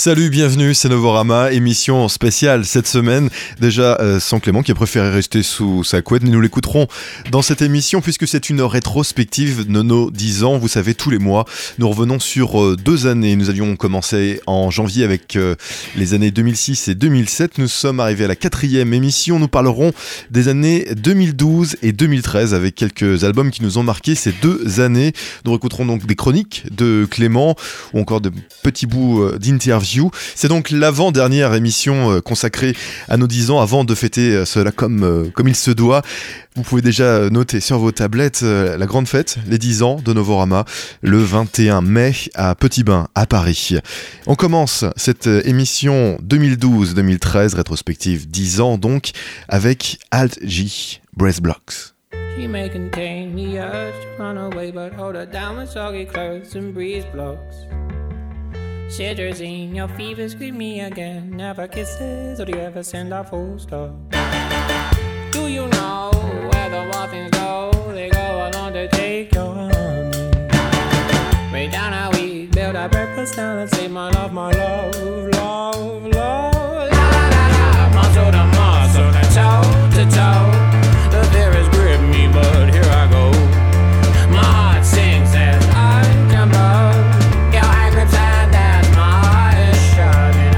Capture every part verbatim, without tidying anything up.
Salut, bienvenue, c'est Novorama, émission spéciale cette semaine. Déjà, euh, sans Clément qui a préféré rester sous sa couette, nous l'écouterons dans cette émission puisque c'est une rétrospective de nos dix ans. Vous savez, tous les mois, nous revenons sur euh, deux années. Nous avions commencé en janvier avec euh, les années deux mille six et deux mille sept. Nous sommes arrivés à la quatrième émission. Nous parlerons des années deux mille douze et deux mille treize avec quelques albums qui nous ont marqué ces deux années. Nous écouterons donc des chroniques de Clément ou encore de petits bouts euh, d'interviews. C'est donc l'avant-dernière émission consacrée à nos dix ans avant de fêter cela comme, euh, comme il se doit. Vous pouvez déjà noter sur vos tablettes euh, la grande fête, les dix ans de Novorama, le vingt et un mai à Petit Bain, à Paris. On commence cette émission deux mille douze deux mille treize, rétrospective dix ans donc, avec Alt J, Breast Blocks. She may contain the urge to run away, but hold her down with soggy clothes and breeze blocks. Cetirizine, your fevers greet me again. Never kisses, or do you ever send a full stop? Do you know where the wild things go? They go along to take your honey. Way down how we build our breakfast down and say my love, my love, love, love. La la la la, muscle to muscle, to toe to toe. The fear is grip me, but here I go. My heart sings as I jump up. Your hand grips and as my eyes shining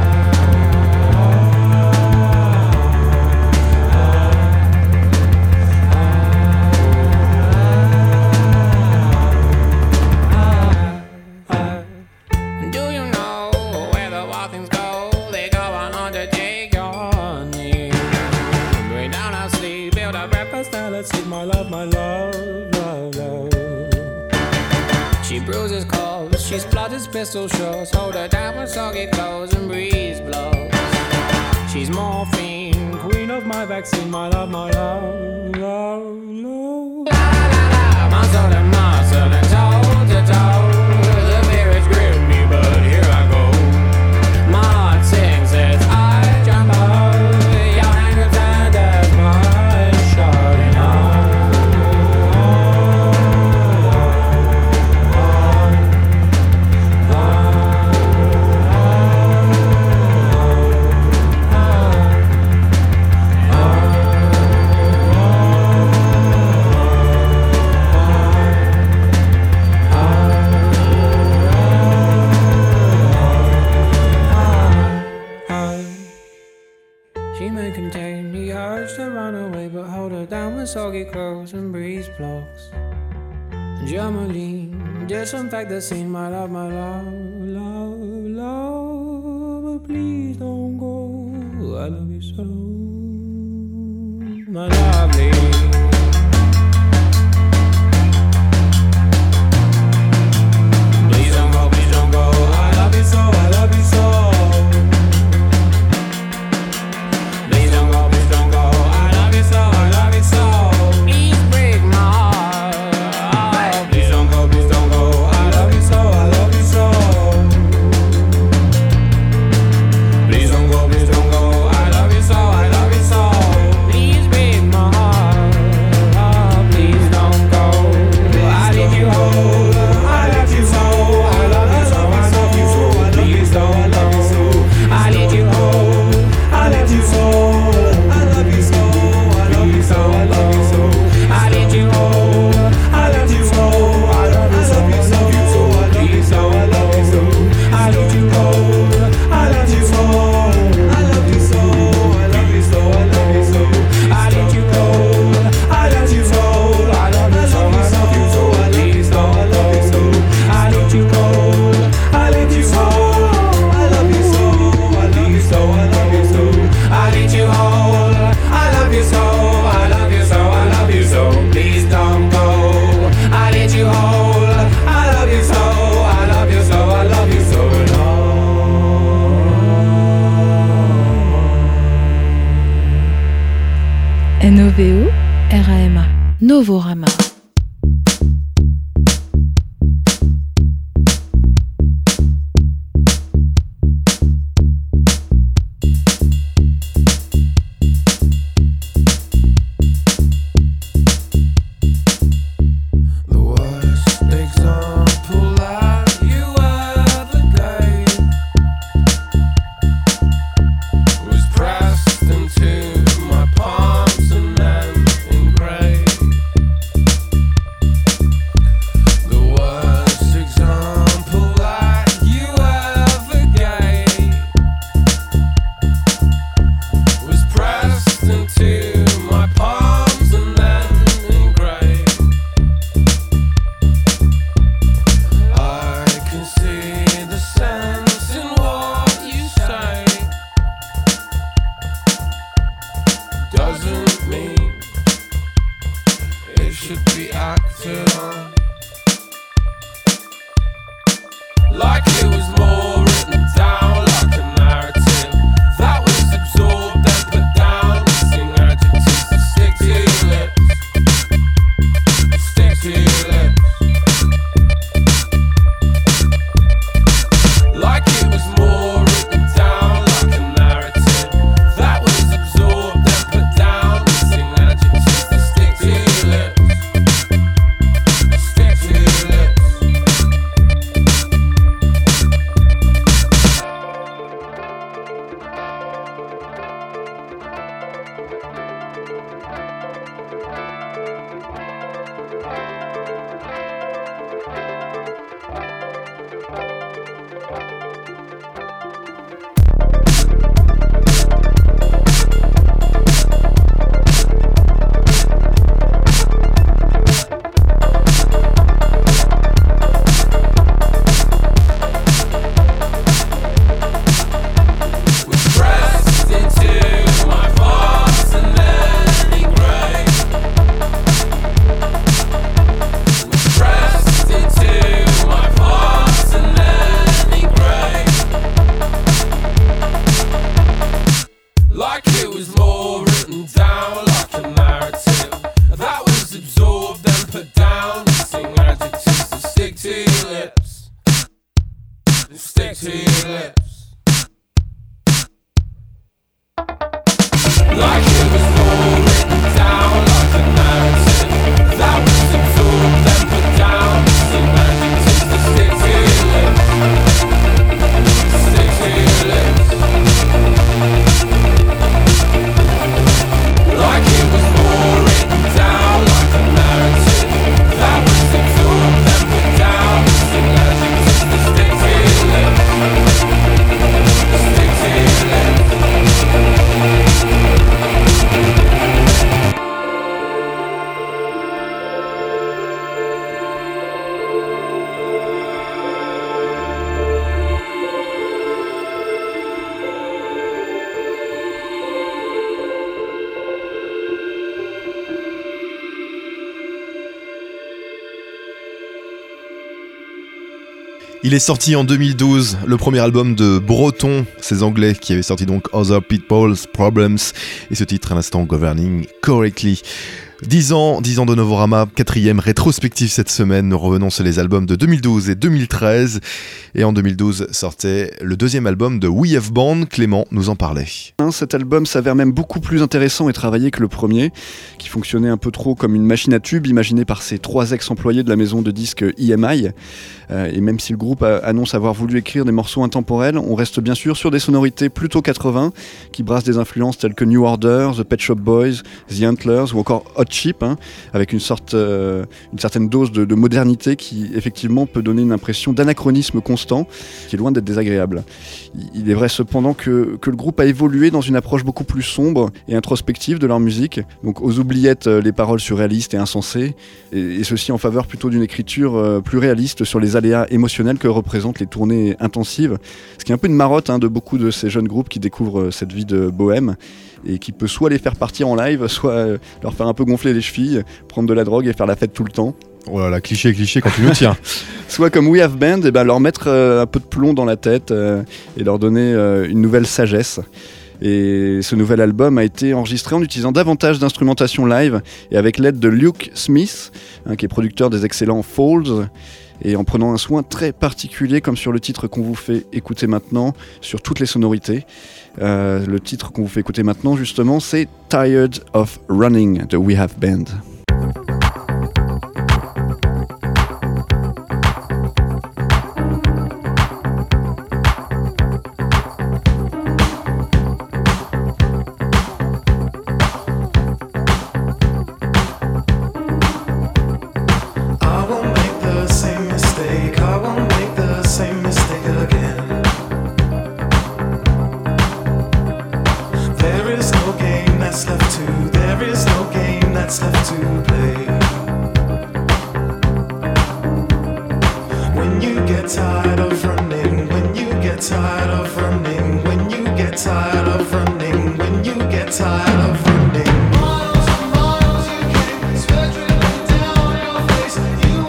up. Do you know where the wild things go? They go on on to take your honey. Way down our sleep, build a breakfast now. Let's eat my love, my love, love, love. She bruises calls, she splutters pistol shots. Hold her down with soggy clothes and breeze blows. She's morphine, queen of my vaccine. My love, my love, love, love. La la la la, muscle to muscle and toe to toe. The fear is grip me, but here I go. My heart sings as I jump up. Your hand grips and as my eyes shining out. She may contain the urge to run away, but hold her down with soggy clothes and breeze blocks. Germaline, disinfect the scene, my love, my love, love, love. But please don't go, I love you so, my lovely. Please don't go, please don't go, I love you so, I love you so. N O V O R A M A Novorama. Like it was more written down, like a narrative that was absorbed and put down. Missing adjectives to stick to your lips, stick to your lips. Like it was more written down, like a narrative that was absorbed and put down. Missing adjectives to stick to your lips, stick to your lips. Pressed into my past and letting grey. Pressed into my past and letting grey. Like it was more written down, like a narrative that was absorbed and put down. Missing adjectives to stick to your lips, stick to your lips. Like it was more written down, like a narrative that was absorbed and put down. Missing adjectives to stick to your lips, stick to your lips. Like it was more written down, like a narrative that was absorbed and put down. Missing adjectives to stick to your lips, stick to your lips. Il est sorti en deux mille douze, le premier album de Breton, ces Anglais qui avaient sorti donc Other People's Problems, et ce titre à l'instant Governing Correctly. dix ans, dix ans de Novorama, quatrième rétrospective cette semaine. Nous revenons sur les albums de deux mille douze et deux mille treize. Et en deux mille douze sortait le deuxième album de We Have Band. Clément nous en parlait. Cet album s'avère même beaucoup plus intéressant et travaillé que le premier, qui fonctionnait un peu trop comme une machine à tubes imaginée par ses trois ex-employés de la maison de disques E M I. Euh, et même si le groupe a, annonce avoir voulu écrire des morceaux intemporels, on reste bien sûr sur des sonorités plutôt quatre-vingts, qui brassent des influences telles que New Order, The Pet Shop Boys, The Antlers ou encore Hot Chip, hein, avec une, sorte, euh, une certaine dose de, de modernité qui effectivement peut donner une impression d'anachronisme constant, qui est loin d'être désagréable. Il est vrai cependant que, que le groupe a évolué dans une approche beaucoup plus sombre et introspective de leur musique, donc aux oubliettes les paroles surréalistes et insensées, et, et ceci en faveur plutôt d'une écriture euh, plus réaliste sur les aléas émotionnels que représentent les tournées intensives, ce qui est un peu une marotte hein, de beaucoup de ces jeunes groupes qui découvrent cette vie de bohème et qui peut soit les faire partir en live, soit leur faire un peu gonfler les chevilles, prendre de la drogue et faire la fête tout le temps. Oh là là, cliché, cliché quand tu nous tiens. Soit comme We Have Band, et ben leur mettre euh, un peu de plomb dans la tête euh, et leur donner euh, une nouvelle sagesse. Et ce nouvel album a été enregistré en utilisant davantage d'instrumentation live et avec l'aide de Luke Smith, hein, qui est producteur des excellents Folds, et en prenant un soin très particulier, comme sur le titre qu'on vous fait écouter maintenant, sur toutes les sonorités. Euh, le titre qu'on vous fait écouter maintenant, justement, c'est Tired of Running de We Have Band. Miles and miles you came, sweat dripping down your face. You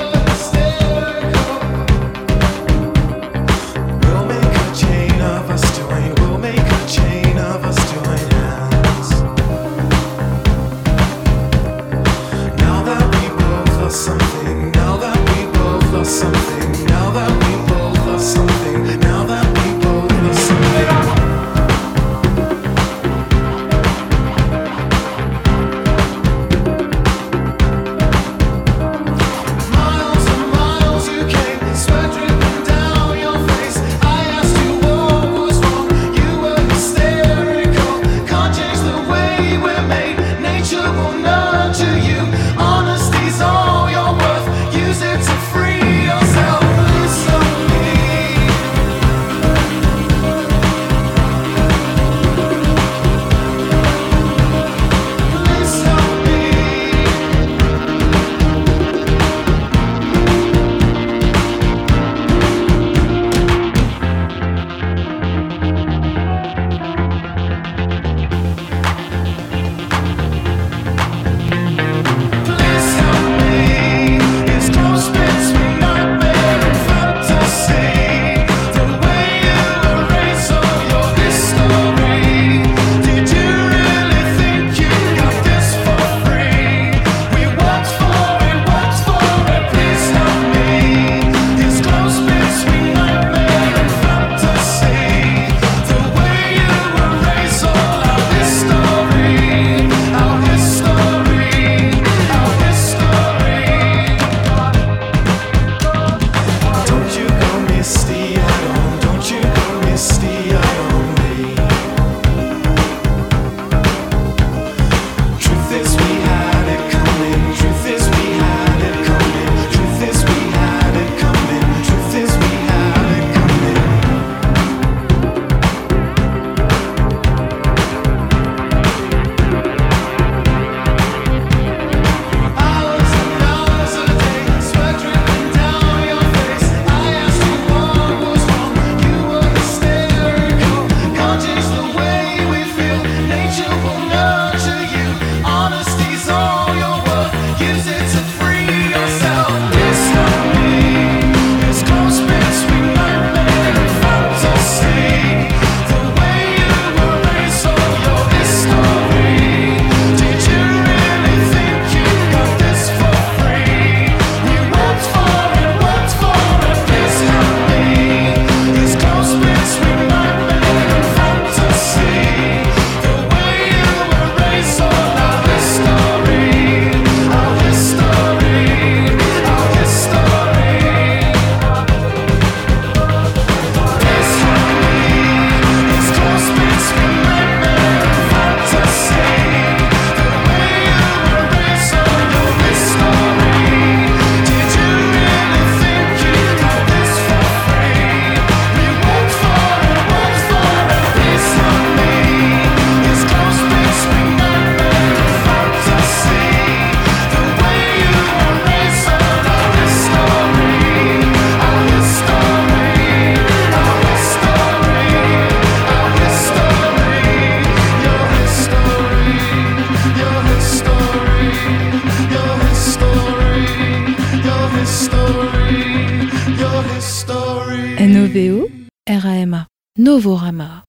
M A, Novorama.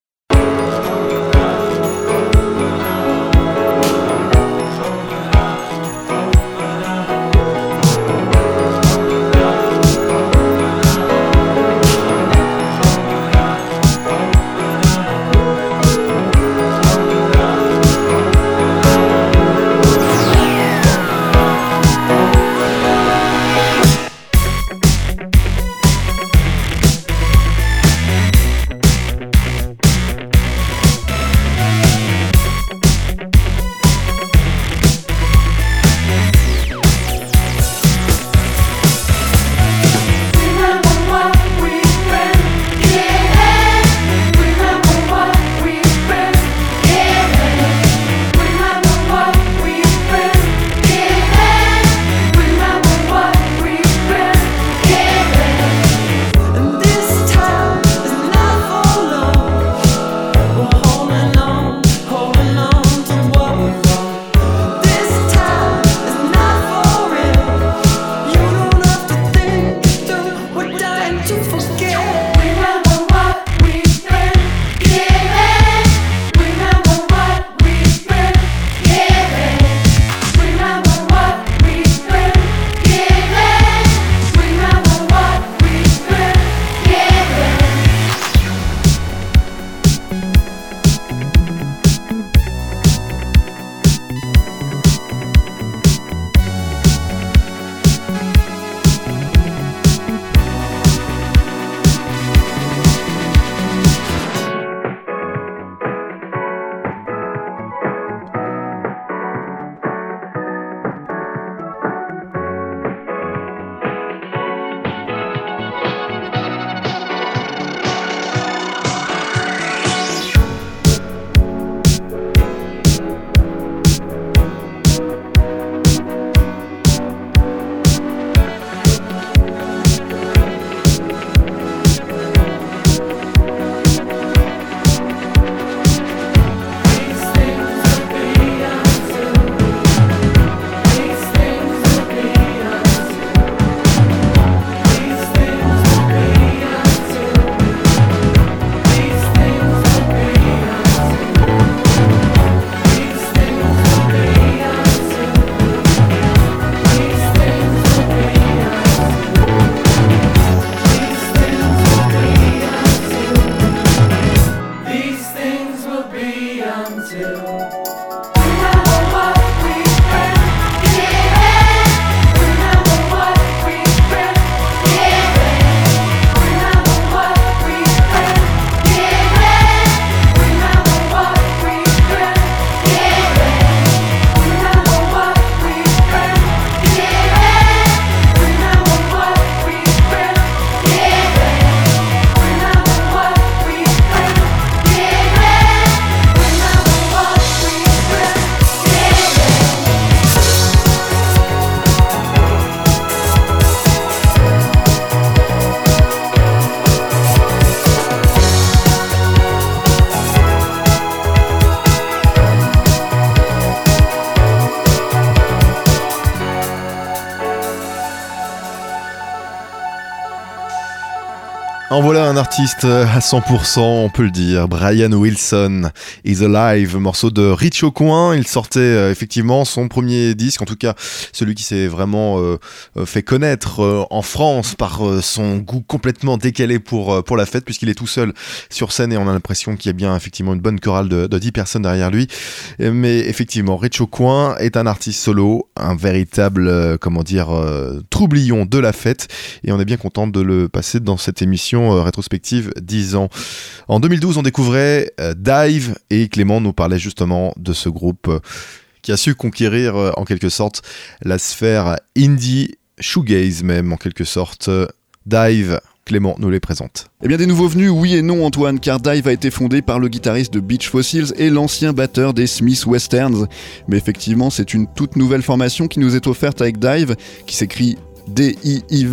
En voilà un artiste à cent pour cent, on peut le dire. Brian Wilson is Alive, morceau de Rich au coin. Il sortait euh, effectivement son premier disque, en tout cas celui qui s'est vraiment euh, fait connaître euh, en France par euh, son goût complètement décalé pour, euh, pour la fête, puisqu'il est tout seul sur scène et on a l'impression qu'il y a bien effectivement une bonne chorale de, de dix personnes derrière lui. Mais effectivement, Rich au coin est un artiste solo, un véritable, euh, comment dire, euh, troublion de la fête, et on est bien content de le passer dans cette émission euh, rétrospective dix ans. En deux mille douze, on découvrait euh, Dive, et Clément nous parlait justement de ce groupe euh, qui a su conquérir euh, en quelque sorte la sphère indie, shoegaze même en quelque sorte. Dive, Clément nous les présente. Eh bien des nouveaux venus, oui et non Antoine, car Dive a été fondé par le guitariste de Beach Fossils et l'ancien batteur des Smith Westerns. Mais effectivement, c'est une toute nouvelle formation qui nous est offerte avec Dive, qui s'écrit D I I V,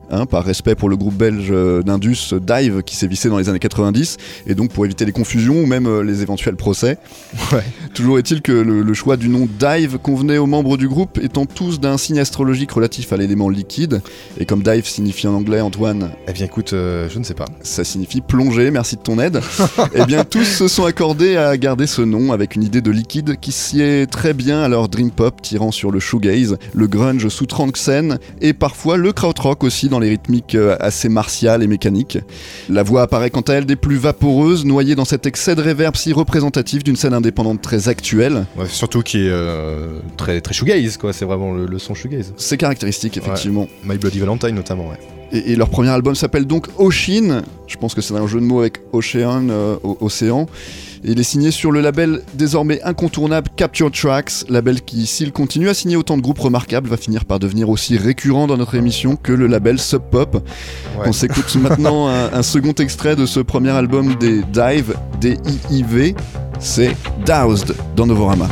hein, par respect pour le groupe belge d'Indus Dive qui s'est vissé dans les années quatre-vingt-dix, et donc pour éviter les confusions ou même euh, les éventuels procès. Ouais. Toujours est-il que le, le choix du nom Dive convenait aux membres du groupe, étant tous d'un signe astrologique relatif à l'élément liquide, et comme Dive signifie en anglais, Antoine, Eh bien écoute, euh, je ne sais pas. ça signifie plonger, merci de ton aide. Eh bien tous se sont accordés à garder ce nom avec une idée de liquide qui sied très bien à leur dream pop tirant sur le shoegaze, le grunge sous Tranxen et parfois le krautrock aussi dans les rythmiques assez martiales et mécaniques. La voix apparaît quant à elle des plus vaporeuses, noyée dans cet excès de reverb si représentatif d'une scène indépendante très actuelle. Ouais, surtout qui est euh, très, très shoegaze, quoi. C'est vraiment le, le son shoegaze. C'est caractéristique effectivement. My Bloody Valentine notamment, ouais. Et, et leur premier album s'appelle donc Ocean, je pense que c'est un jeu de mots avec Ocean, euh, océan. Et il est signé sur le label désormais incontournable Capture Tracks, label qui, s'il continue à signer autant de groupes remarquables, va finir par devenir aussi récurrent dans notre émission que le label Sub Pop. Ouais. On s'écoute maintenant un, un second extrait de ce premier album des Dive, D I I V, c'est Doused dans Novorama.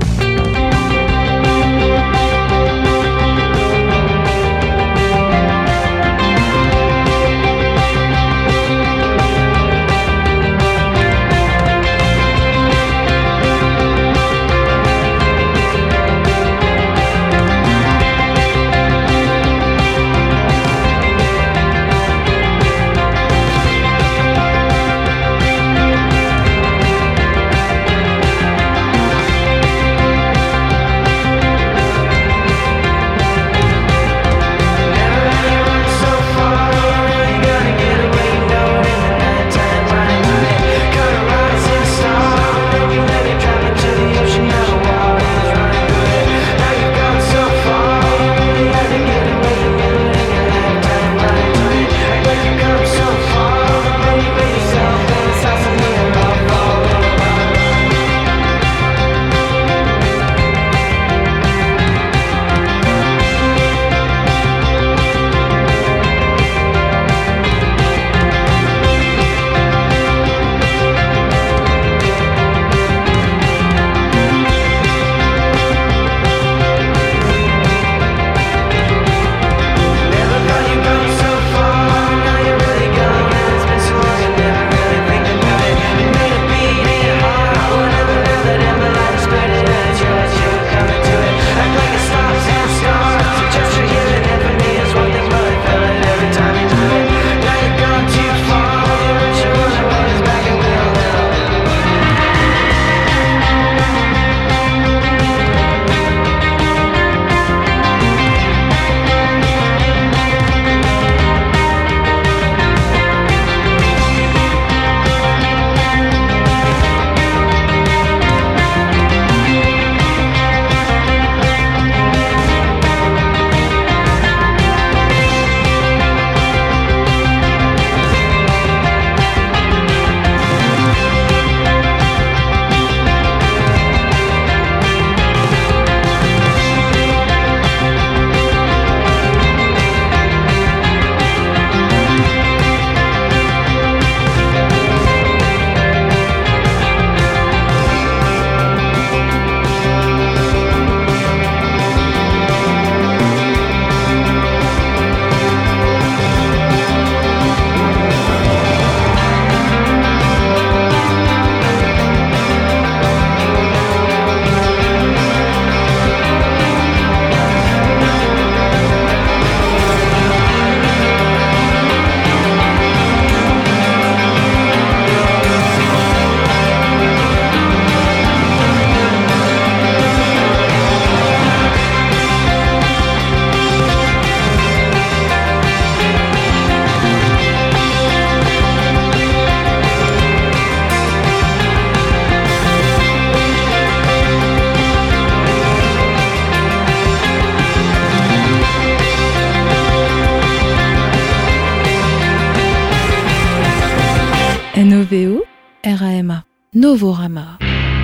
N O V O R A M A Novorama.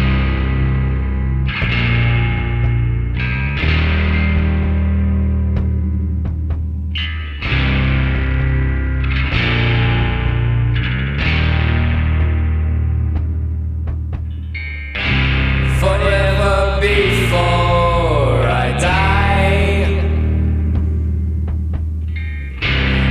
Forever before I die,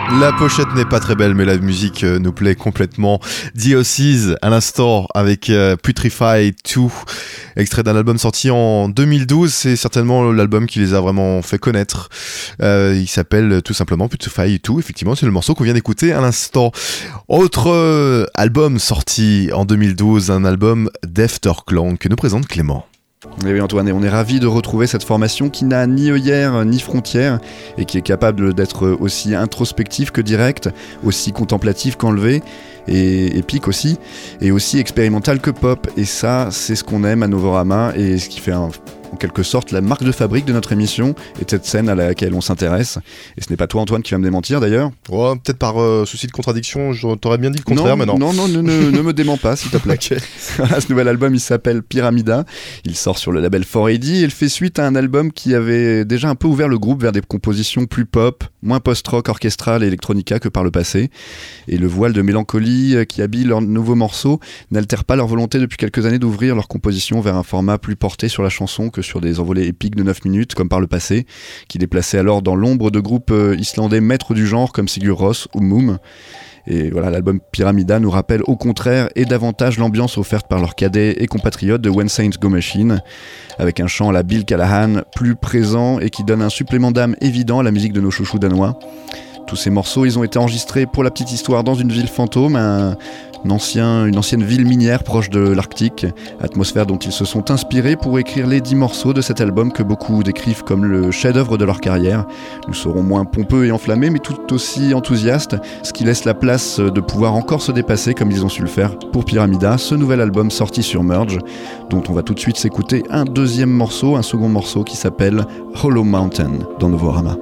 La pochette n'est pas très belle, mais la musique euh, nous plaît complètement. Diocese, à l'instant, avec euh, Putrefy deux, extrait d'un album sorti en deux mille douze. C'est certainement l'album qui les a vraiment fait connaître. Euh, il s'appelle tout simplement Putrefy deux. Effectivement, c'est le morceau qu'on vient d'écouter à l'instant. Autre euh, album sorti en deux mille douze, un album d'Efterklang que nous présente Clément. Et oui Antoine, et on est ravis de retrouver cette formation qui n'a ni œillère ni frontières et qui est capable d'être aussi introspective que directe, aussi contemplative qu'enlevée, et épique aussi, et aussi expérimentale que pop. Et ça, c'est ce qu'on aime à Novorama et ce qui fait un... en quelque sorte la marque de fabrique de notre émission et de cette scène à laquelle on s'intéresse. Et ce n'est pas toi Antoine qui va me démentir d'ailleurs. Ouais, peut-être par euh, souci de contradiction, je t'aurais bien dit le contraire, non, mais non. Non, non, ne, ne, ne me dément pas s'il te plaît. Okay. Ce nouvel album il s'appelle Pyramida, il sort sur le label quatre cent quatre-vingt-dix et il fait suite à un album qui avait déjà un peu ouvert le groupe vers des compositions plus pop, moins post-rock, orchestral et electronica que par le passé. Et le voile de mélancolie qui habille leurs nouveaux morceaux n'altère pas leur volonté depuis quelques années d'ouvrir leur composition vers un format plus porté sur la chanson que sur des envolées épiques de neuf minutes comme par le passé, qui les plaçaient alors dans l'ombre de groupes islandais maîtres du genre comme Sigur Rós ou Moom. Et voilà, l'album Pyramida nous rappelle au contraire et davantage l'ambiance offerte par leurs cadets et compatriotes de When Saints Go Machine, avec un chant à la Bill Callahan plus présent et qui donne un supplément d'âme évident à la musique de nos chouchous danois. Tous ces morceaux, ils ont été enregistrés pour la petite histoire dans une ville fantôme, un, un ancien, une ancienne ville minière proche de l'Arctique, atmosphère dont ils se sont inspirés pour écrire les dix morceaux de cet album que beaucoup décrivent comme le chef-d'œuvre de leur carrière. Nous serons moins pompeux et enflammés, mais tout aussi enthousiastes, ce qui laisse la place de pouvoir encore se dépasser comme ils ont su le faire pour Pyramida, ce nouvel album sorti sur Merge, dont on va tout de suite s'écouter un deuxième morceau, un second morceau qui s'appelle Hollow Mountain dans Novorama.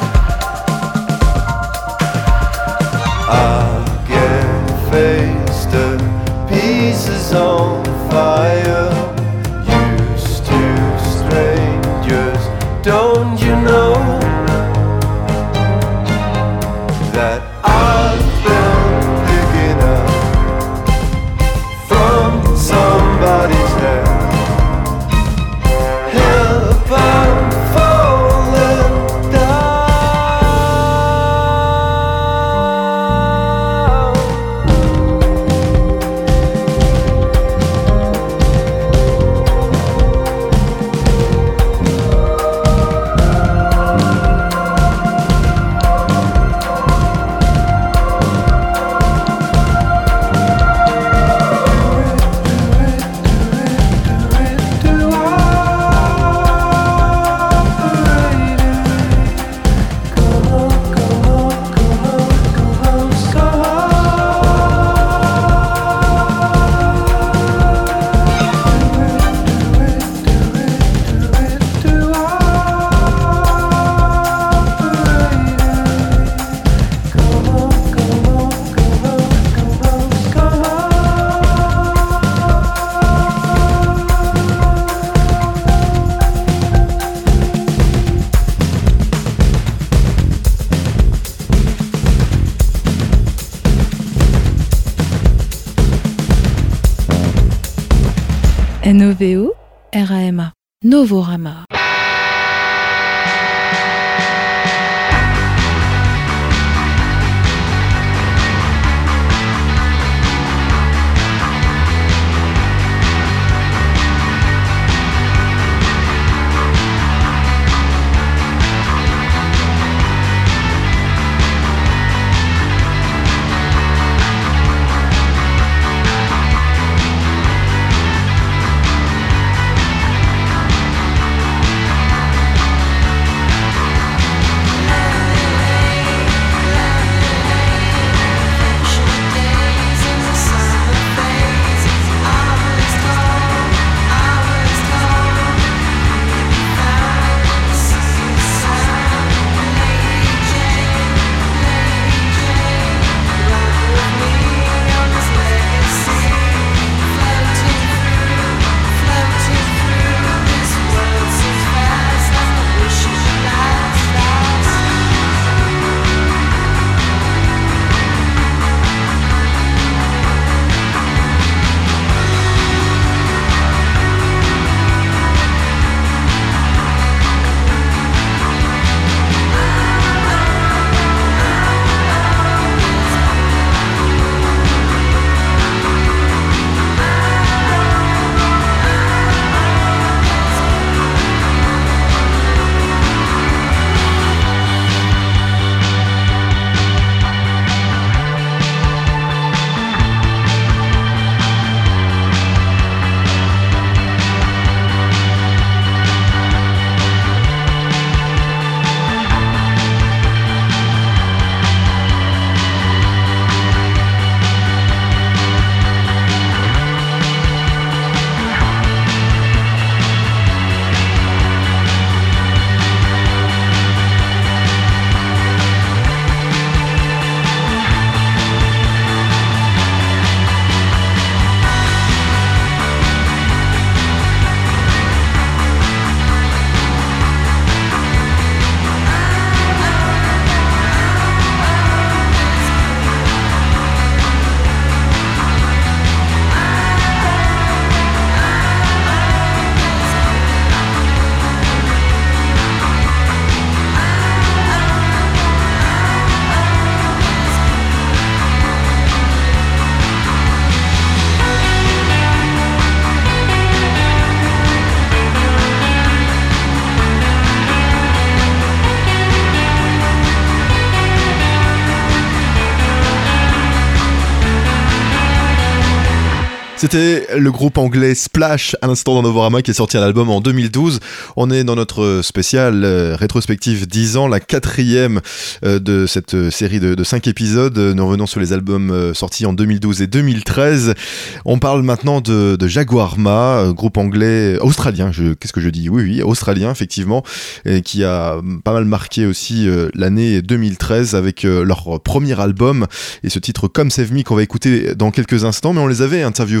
I get faced hearts on fire, used to strangers. Don't you know that I've been picking up from somebody's head? Help, I'm falling down. N O V O R A M A Novorama. C'était le groupe anglais Splash à l'instant dans Novorama qui est sorti un album en deux mille douze. On est dans notre spécial euh, rétrospective dix ans, la quatrième euh, de cette série de, de cinq épisodes. Nous revenons sur les albums euh, sortis en deux mille douze et deux mille treize. On parle maintenant de, de Jaguarma, euh, groupe anglais, australien, je, qu'est-ce que je dis ? Oui, oui, australien effectivement, et qui a pas mal marqué aussi euh, l'année deux mille treize avec euh, leur premier album et ce titre Come Save Me qu'on va écouter dans quelques instants. Mais on les avait interviewés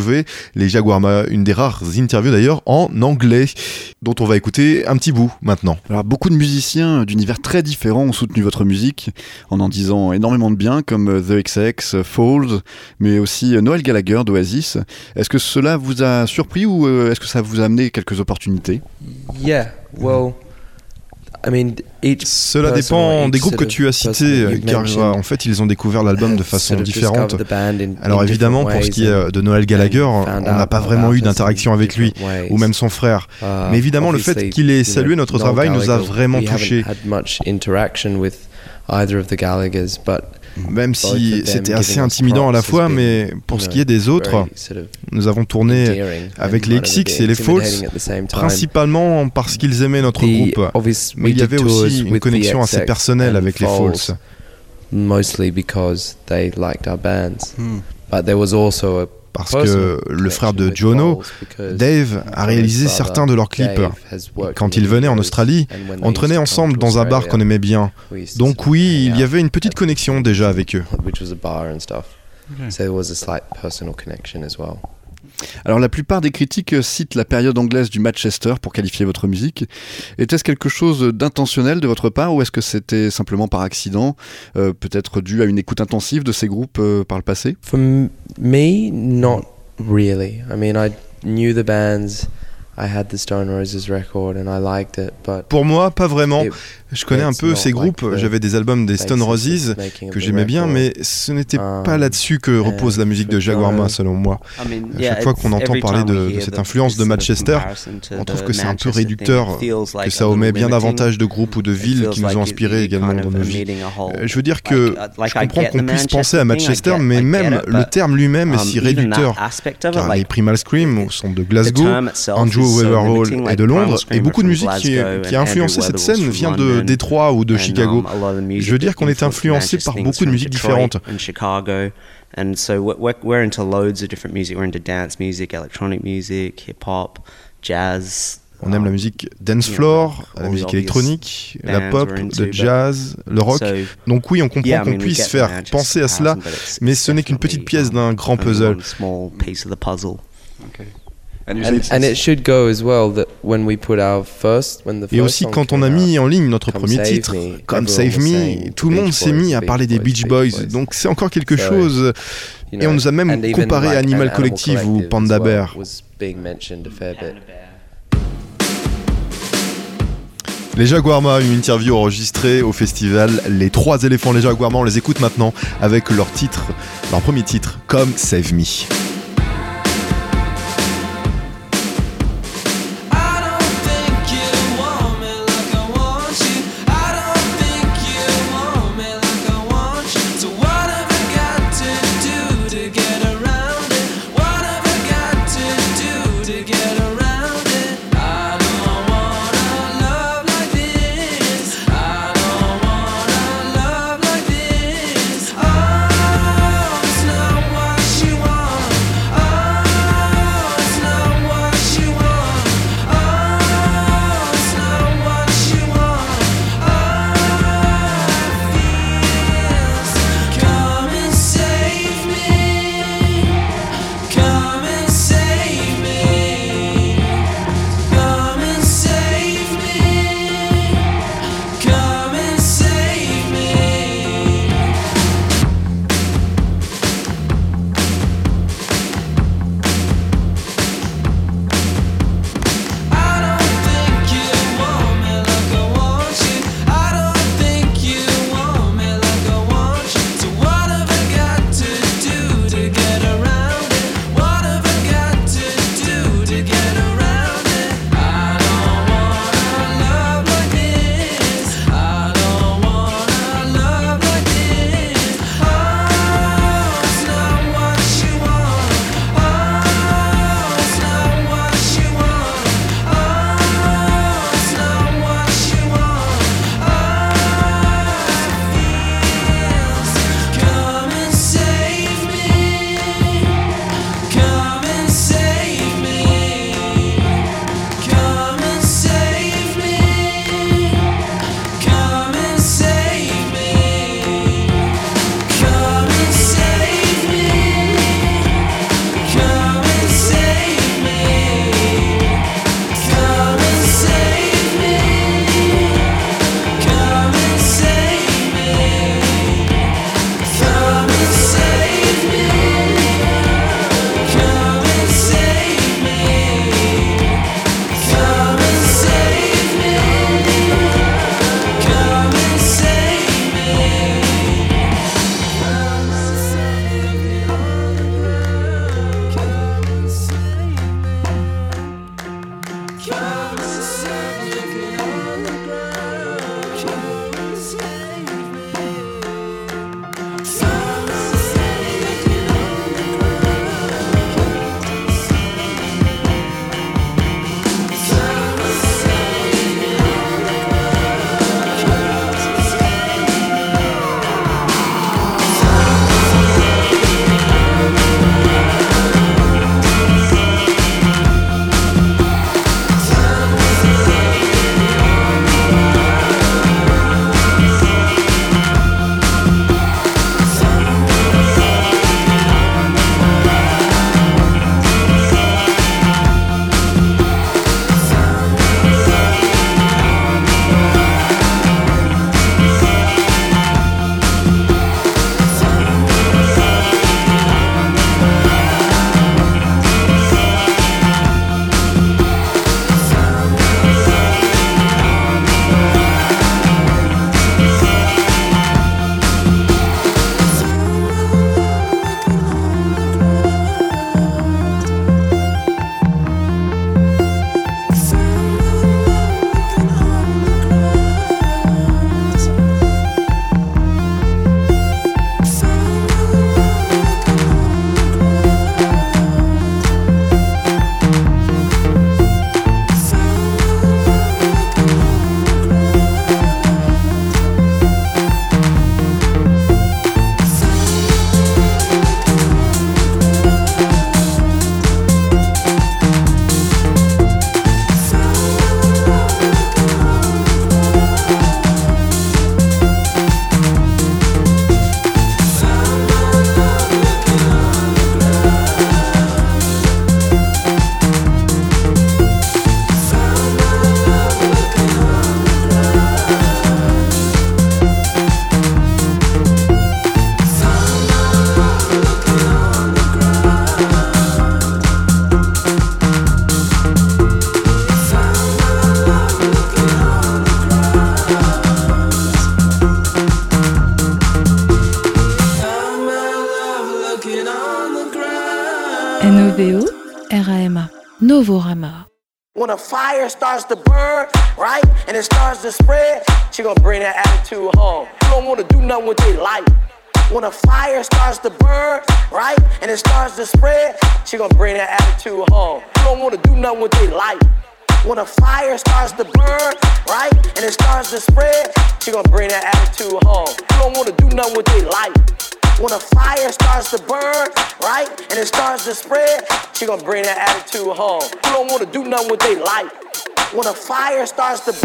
retrouver les Jaguarma, une des rares interviews d'ailleurs en anglais, dont on va écouter un petit bout maintenant. Alors, beaucoup de musiciens d'univers très différents ont soutenu votre musique en en disant énormément de bien, comme The X X, Falls, mais aussi Noel Gallagher d'Oasis. Est-ce que cela vous a surpris ou euh, est-ce que ça vous a amené quelques opportunités? Yeah, well, I mean, each Cela person or dépend each des groupes que sort of tu as person cités, that you've car mentioned euh, en fait ils ont découvert l'album de has façon sort of différente. discovered the band in- Alors in évidemment, different pour ce ways qui est and- de Noel Gallagher, and on found n'a out pas vraiment about eu us d'interaction in avec lui, different ways. ou même son frère. Uh, Mais évidemment, le fait obviously, qu'il ait you salué know, notre Noel travail nous a Gallagher, vraiment we haven't touchés. had much interaction with either of the Gallaghers, but Même both si of them c'était assez giving us intimidant à la props has fois, been, mais pour you ce know, qui est des autres, very sort of nous avons tourné endearing avec and les kind of a X X bit et les Falls, intimidating at the same time. principalement parce qu'ils aimaient notre The groupe. obvious- Mais we il y did avait tours aussi une with the connexion assez X X personnelle and avec les Falls, Falls. mostly because they liked our bands. But there was also a Parce personal que le frère de connection with Jono, Falls because Dave, a réalisé his certains de leurs clips. Dave has worked Quand in il venait en videos, Australie, and when they on used traînait to come ensemble to dans un bar Australia, qu'on aimait bien. we used to Donc oui, hang il y out avait une petite at connexion déjà avec eux. which was a bar and stuff. So there was a slight personal connection as well. Alors, la plupart des critiques citent la période anglaise du Manchester pour qualifier votre musique. Était-ce quelque chose d'intentionnel de votre part ou est-ce que c'était simplement par accident, euh, peut-être dû à une écoute intensive de ces groupes euh, par le passé? For m- me, not really. I mean, I knew the bands. I had the Stone Roses record and I liked it, but Pour moi, pas vraiment. it- Je connais un it's peu not ces like groupes, the j'avais des albums des Stone basis Roses of making of que the j'aimais bien, record. mais ce n'était Um, pas là-dessus que repose la musique de for Jaguarma, John, selon moi. I mean, À yeah, chaque fois it's- qu'on entend every parler time we de, de hear cette the- influence de this sort of Manchester, comparison to on trouve the que c'est un peu Manchester réducteur, thing, it feels like que ça a omet little bien limiting. davantage de groupes ou de It villes feels qui nous like ont you- inspirés you're également kind dans of nos vies. omitting a whole- Euh, Je veux dire like, que uh, like je I comprends get qu'on the puisse Manchester penser à thing, I Manchester, get- mais I get même it, le but, terme lui-même est um, si even that réducteur. aspect of it, Car les like, Primal Scream sont de the Glasgow, term itself Andrew is so Weatherall limiting, est like de Primal Londres, et Scream beaucoup de are musique from qui, Glasgow qui a and influencé Andrew cette Weatherall's scène from vient de London. Détroit ou de And, Chicago. um, a lot of the music Je veux dire that qu'on est influenced influencé par Manchester beaucoup de things musiques from Detroit différentes. and Chicago, and so we're, we're, we're into loads of different music. We're into dance music, electronic music, hip hop, jazz. On aime la um, musique dance yeah, floor, like la all musique the électronique, la bands pop, we're into, le but- jazz, le rock. So, Donc oui, on comprend yeah, I qu'on mean, we puisse get the faire Manchester penser à cela, comparison, but it's- mais it's ce n'est qu'une petite definitely, pièce d'un grand only puzzle. one small piece of the puzzle. And you And, say- and it should go as well that when we put our first, when the Et first aussi song quand on came a out, mis en ligne notre Come premier Save titre, Me, comme everyone Save was Me, saying tout le monde Beach s'est Boys, mis à Beach parler des Boys, Beach Beach Boys. Boys. Donc c'est encore quelque So, chose. You Et on nous a même and even comparé à like Animal an Collective ou Collective Panda as well Bear. was being mentioned a fair bit. Les Jaguarma, une interview enregistrée au festival Les Trois Éléphants. Les Jaguarma, on les écoute maintenant avec leur titre, leur premier titre, Come Save Me. I don't think you want me like I want you. I don't think you want me like I want you. So what have I got to do to get around it? What have I got to do to get around it? I don't wanna love like this. I don't wanna love like this. Oh, it's not what you want. N O V O R A M A Novorama. When a fire starts to burn, right, and it starts to spread, she gonna bring that attitude home. You don't wanna do nothing with their life. When a fire starts to burn, right, and it starts to spread, she gonna bring that attitude home. You don't wanna do nothing with their life. When a fire starts to burn, right, and it starts to spread, she gonna bring that attitude home. You don't wanna do nothing with their life. When a fire starts to burn, right, and it starts to spread, she gonna bring that attitude home. You don't wanna do nothing with their life. When a fire starts to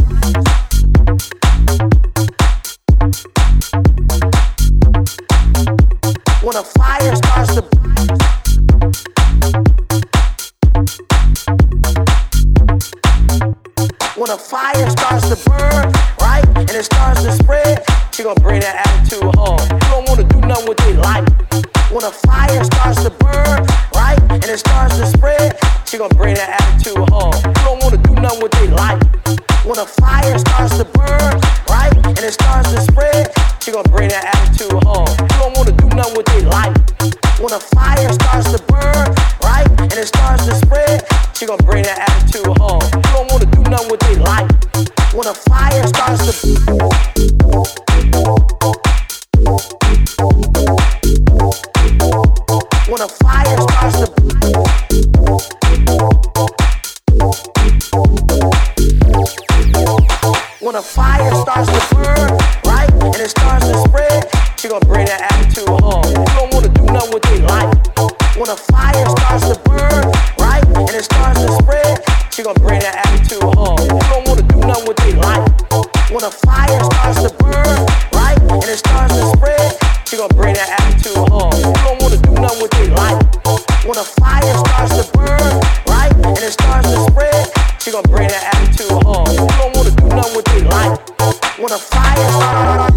When a fire starts to When a fire starts to burn, right, and it starts to spread, she gonna bring that attitude home. You don't wanna do nothing with their life. When a fire starts to burn, right, and it starts to spread, she gonna bring that attitude home. You don't wanna do nothing with their life. When a fire starts to burn, right, and it starts to spread, she gonna bring that attitude home. You don't wanna do nothing with their life. When a fire starts to burn, right, and it starts to spread, she gonna bring that attitude home. You don't wanna do nothing with their life. When a fire starts to When a fire starts to When a fire starts to burn, right, and it starts to spread, she gonna bring that attitude home. You don't wanna do nothing with their life. When a fire starts to burn, right, and it starts to spread, she gonna bring that attitude home. You don't wanna do nothing with their life. When a fire starts to burn, right, and it starts to spread, she gonna bring that attitude home. You don't wanna do nothing with their life. When a fire starts to burn, right, and it starts to spread, she gonna bring that attitude home. You don't wanna do nothing with their life. When a fire starts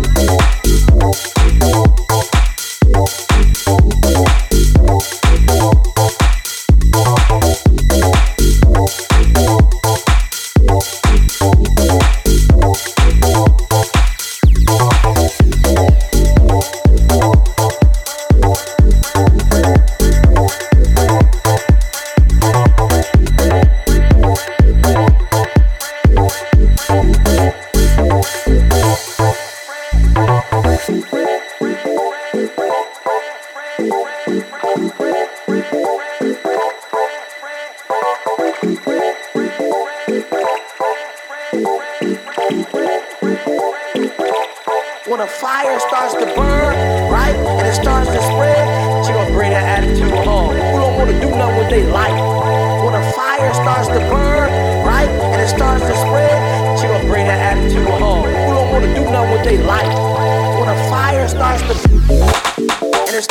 When a fire starts to burn, right, and it starts to spread, she gonna bring that attitude home. Who don't wanna do nothing with their life? When a fire starts to burn, right, and it starts to spread, she gonna bring that attitude home. Who don't wanna do nothing with their life? When a fire starts to and it's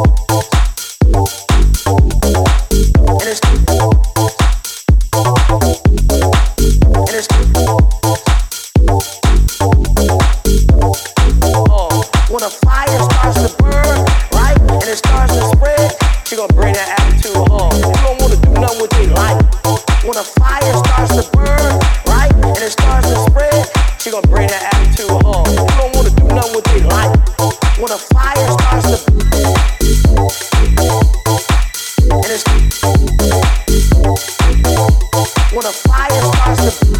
and it's and it's When a fire starts to burn, right, and it starts to spread, she gonna bring that attitude home. You don't wanna do nothing with their life. When a fire starts to burn, right, and it starts to spread, she gonna bring that attitude home. You don't wanna do nothing with their life. When a fire starts to and it's when a fire starts to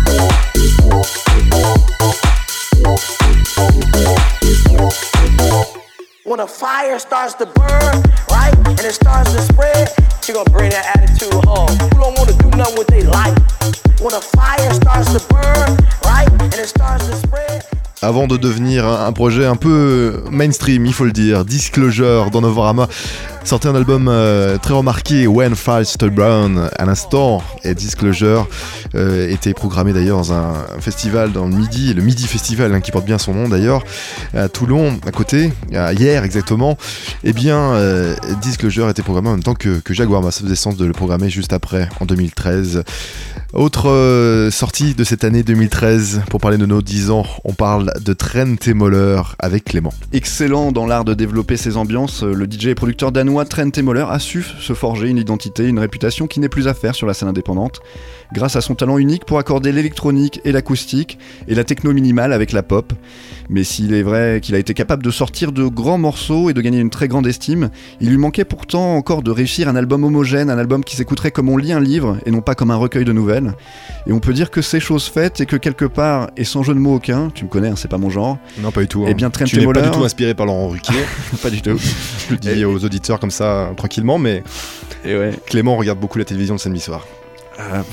When a fire starts to burn, right, and it starts to spread, she gonna bring that attitude home. You don't wanna do nothing with their life. When a fire starts to burn, right, and it starts to spread. Avant de devenir un projet un peu mainstream, il faut le dire, Disclosure dans Novorama sortait un album euh, très remarqué, When Fire Starts to Burn, à l'instant, et Disclosure euh, était programmé d'ailleurs dans un, un festival dans le Midi, le Midi Festival, hein, qui porte bien son nom d'ailleurs, à Toulon, à côté, hier exactement. Et eh bien, euh, Disclosure était programmé en même temps que, que Jaguar, ça faisait sens de le programmer juste après, en deux mille treize. Autre euh, sortie de cette année deux mille treize, pour parler de nos dix ans, on parle de Trent et Moller avec Clément. Excellent dans l'art de développer ses ambiances, le D J et producteur danois Trent et Moller a su se forger une identité, une réputation qui n'est plus à faire sur la scène indépendante, grâce à son talent unique pour accorder l'électronique et l'acoustique, et la techno minimale avec la pop. Mais s'il est vrai qu'il a été capable de sortir de grands morceaux et de gagner une très grande estime, il lui manquait pourtant encore de réussir un album homogène, un album qui s'écouterait comme on lit un livre, et non pas comme un recueil de nouvelles. Et on peut dire que c'est chose faite, et que quelque part, et sans jeu de mots aucun, tu me connais, hein, c'est pas mon genre. Non, pas du tout. Hein. Eh bien, Trent tu et n'es Moller... pas du tout inspiré par Laurent Ruquier. Pas du tout. Je le dis et... aux auditeurs comme ça, euh, tranquillement, mais et ouais. Clément regarde beaucoup la télévision le samedi soir. Euh,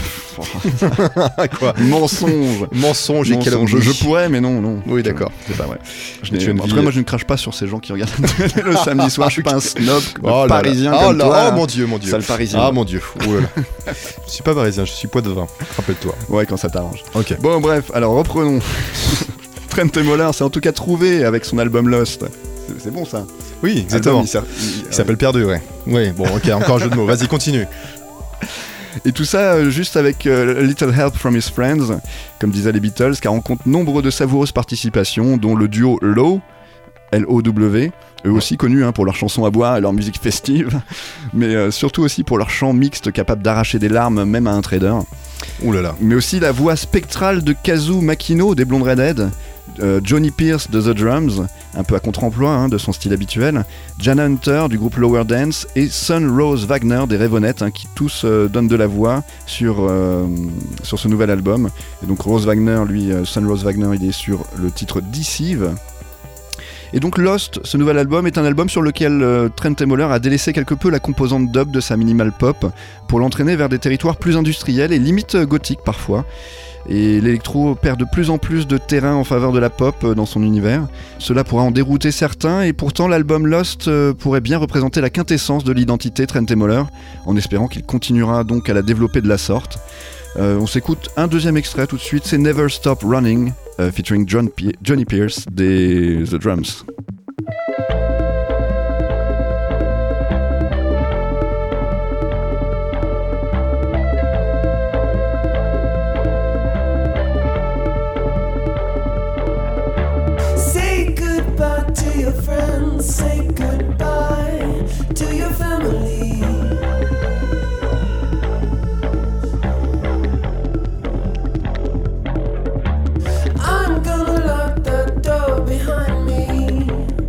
Quoi Mensonge. Mensonge et calomnie. Je, je pourrais, mais non, non. Oui, d'accord. C'est pas vrai. Je tu après, vie... moi, je ne crache pas sur ces gens qui regardent le samedi soir. Je suis pas un snob oh parisien là. comme oh là, toi. Oh mon Dieu, mon Dieu. Sale parisien. Ah mon Dieu. Oh là là. Je suis pas parisien, je suis Poitevin. Rappelle-toi. Ouais, quand ça t'arrange. Ok. Bon, bref. Alors reprenons. Trent et Moller s'est en tout cas trouvé avec son album Lost. C'est, c'est bon ça. Oui, exactement. Album, il, il, il s'appelle Perdu, ouais. Oui, bon, ok, encore un jeu de mots. Vas-y, continue. Et tout ça euh, juste avec euh, Little Help from His Friends, comme disaient les Beatles, car on compte nombre de savoureuses participations, dont le duo Low, L O W, eux aussi connus hein, pour leurs chansons à boire et leur musique festive, mais euh, surtout aussi pour leur chant mixte capable d'arracher des larmes même à un trader. Ouh là là. Mais aussi la voix spectrale de Kazu Makino des Blonde Redhead, euh, Johnny Pierce de The Drums, un peu à contre-emploi hein, de son style habituel, Jana Hunter du groupe Lower Dance et Sun Rose Wagner des Ravenettes hein, qui tous euh, donnent de la voix sur, euh, sur ce nouvel album. Et donc Rose Wagner, lui, euh, Sun Rose Wagner, il est sur le titre Deceive. Et donc Lost, ce nouvel album, est un album sur lequel euh, Trent et Moller a délaissé quelque peu la composante dub de sa minimal pop pour l'entraîner vers des territoires plus industriels et limite euh, gothiques parfois. Et l'électro perd de plus en plus de terrain en faveur de la pop euh, dans son univers. Cela pourra en dérouter certains, et pourtant l'album Lost euh, pourrait bien représenter la quintessence de l'identité Trent et Moller, en espérant qu'il continuera donc à la développer de la sorte. Euh, on s'écoute un deuxième extrait tout de suite, c'est Never Stop Running, euh, featuring John P- Johnny Pierce des The Drums. Say goodbye to your friends, say goodbye to your family. I'm gonna lock that door behind me.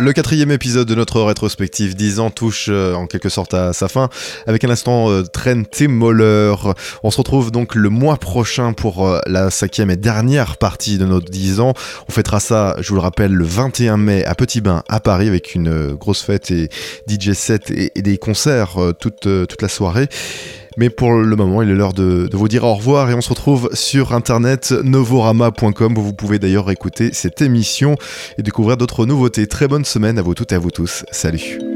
Le quatrième épisode de notre rétrospective dix ans touche euh, en quelque sorte à sa fin avec un instant euh, Trent Moller. On se retrouve donc le mois prochain pour euh, la cinquième et dernière partie de nos dix ans. On fêtera ça, je vous le rappelle, le vingt et un mai à Petit Bain à Paris avec une euh, grosse fête et D J set et, et des concerts euh, toute, euh, toute la soirée. Mais pour le moment, il est l'heure de, de vous dire au revoir et on se retrouve sur internet novorama point com où vous pouvez d'ailleurs écouter cette émission et découvrir d'autres nouveautés. Très bonne semaine à vous toutes et à vous tous. Salut.